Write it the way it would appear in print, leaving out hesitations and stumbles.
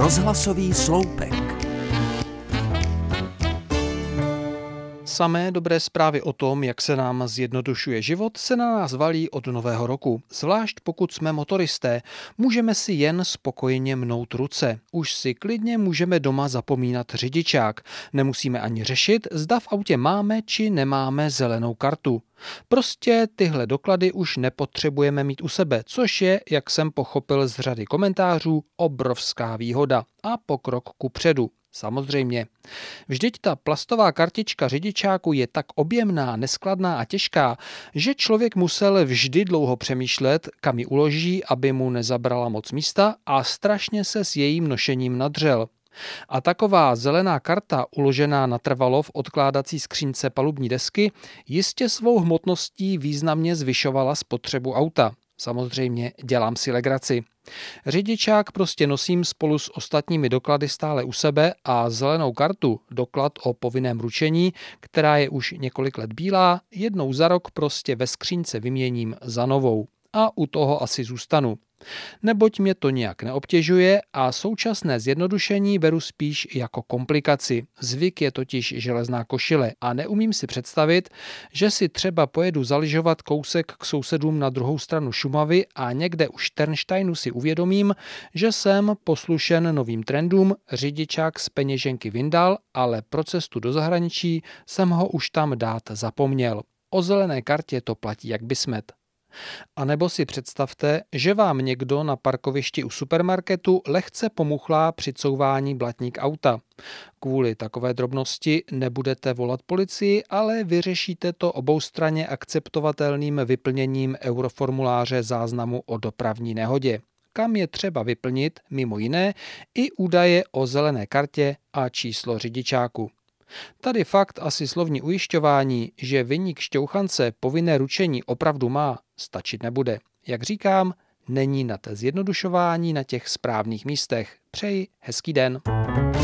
Rozhlasový sloupek. Samé dobré zprávy o tom, jak se nám zjednodušuje život, se na nás valí od nového roku. Zvlášť pokud jsme motoristé, můžeme si jen spokojeně mnout ruce. Už si klidně můžeme doma zapomínat řidičák. Nemusíme ani řešit, zda v autě máme či nemáme zelenou kartu. Prostě tyhle doklady už nepotřebujeme mít u sebe, což je, jak jsem pochopil z řady komentářů, obrovská výhoda a pokrok kupředu. Samozřejmě. Vždyť ta plastová kartička řidičáku je tak objemná, neskladná a těžká, že člověk musel vždy dlouho přemýšlet, kam ji uloží, aby mu nezabrala moc místa a strašně se s jejím nošením nadřel. A taková zelená karta uložená natrvalo v odkládací skřínce palubní desky jistě svou hmotností významně zvyšovala spotřebu auta. Samozřejmě dělám si legraci. Řidičák prostě nosím spolu s ostatními doklady stále u sebe a zelenou kartu, doklad o povinném ručení, která je už několik let bílá, jednou za rok prostě ve skřínce vyměním za novou. A u toho asi zůstanu. Neboť mě to nějak neobtěžuje a současné zjednodušení beru spíš jako komplikaci. Zvyk je totiž železná košile a neumím si představit, že si třeba pojedu zalyžovat kousek k sousedům na druhou stranu Šumavy a někde u Šternštajnu si uvědomím, že jsem poslušen novým trendům, řidičák z peněženky vyndal, ale pro cestu do zahraničí jsem ho už tam dát zapomněl. O zelené kartě to platí jak bysmet. A nebo si představte, že vám někdo na parkovišti u supermarketu lehce pomuchlá při couvání blatník auta. Kvůli takové drobnosti nebudete volat policii, ale vyřešíte to oboustranně akceptovatelným vyplněním euroformuláře záznamu o dopravní nehodě, kam je třeba vyplnit, mimo jiné, i údaje o zelené kartě a číslo řidičáku. Tady fakt asi slovní ujišťování, že viník šťouchance povinné ručení opravdu má, stačit nebude. Jak říkám, není na té zjednodušování na těch správných místech. Přeji hezký den.